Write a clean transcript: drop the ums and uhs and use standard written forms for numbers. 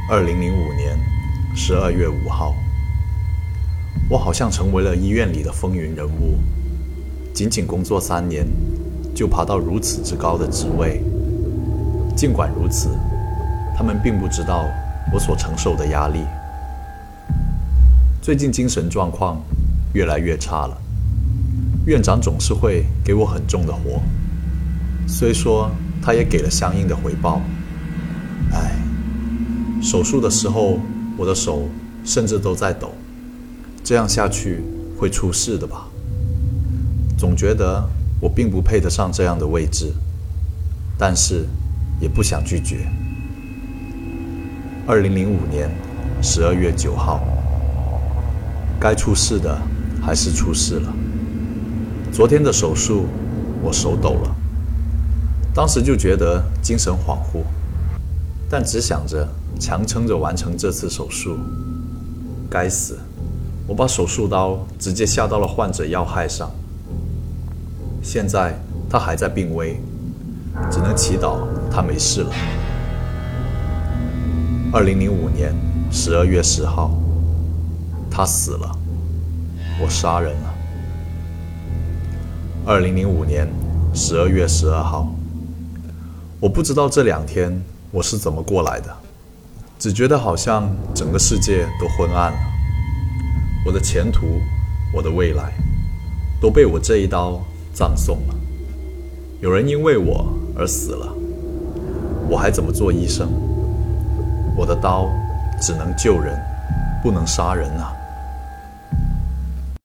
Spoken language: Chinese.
2005年12月5号，我好像成为了医院里的风云人物，仅仅工作3年，就爬到如此之高的职位。尽管如此，他们并不知道我所承受的压力。最近精神状况越来越差了，院长总是会给我很重的活，虽说他也给了相应的回报。手术的时候，我的手甚至都在抖，这样下去会出事的吧？总觉得我并不配得上这样的位置，但是也不想拒绝。2005年12月9号，该出事的还是出事了。昨天的手术，我手抖了，当时就觉得精神恍惚，但只想着强撑着完成这次手术。该死，我把手术刀直接下到了患者要害上。现在他还在病危，只能祈祷他没事了。2005年12月10号，他死了，我杀人了。2005年12月12号，我不知道这2天我是怎么过来的，只觉得好像整个世界都昏暗了，我的前途，我的未来，都被我这一刀葬送了。有人因为我而死了，我还怎么做医生？我的刀只能救人，不能杀人啊！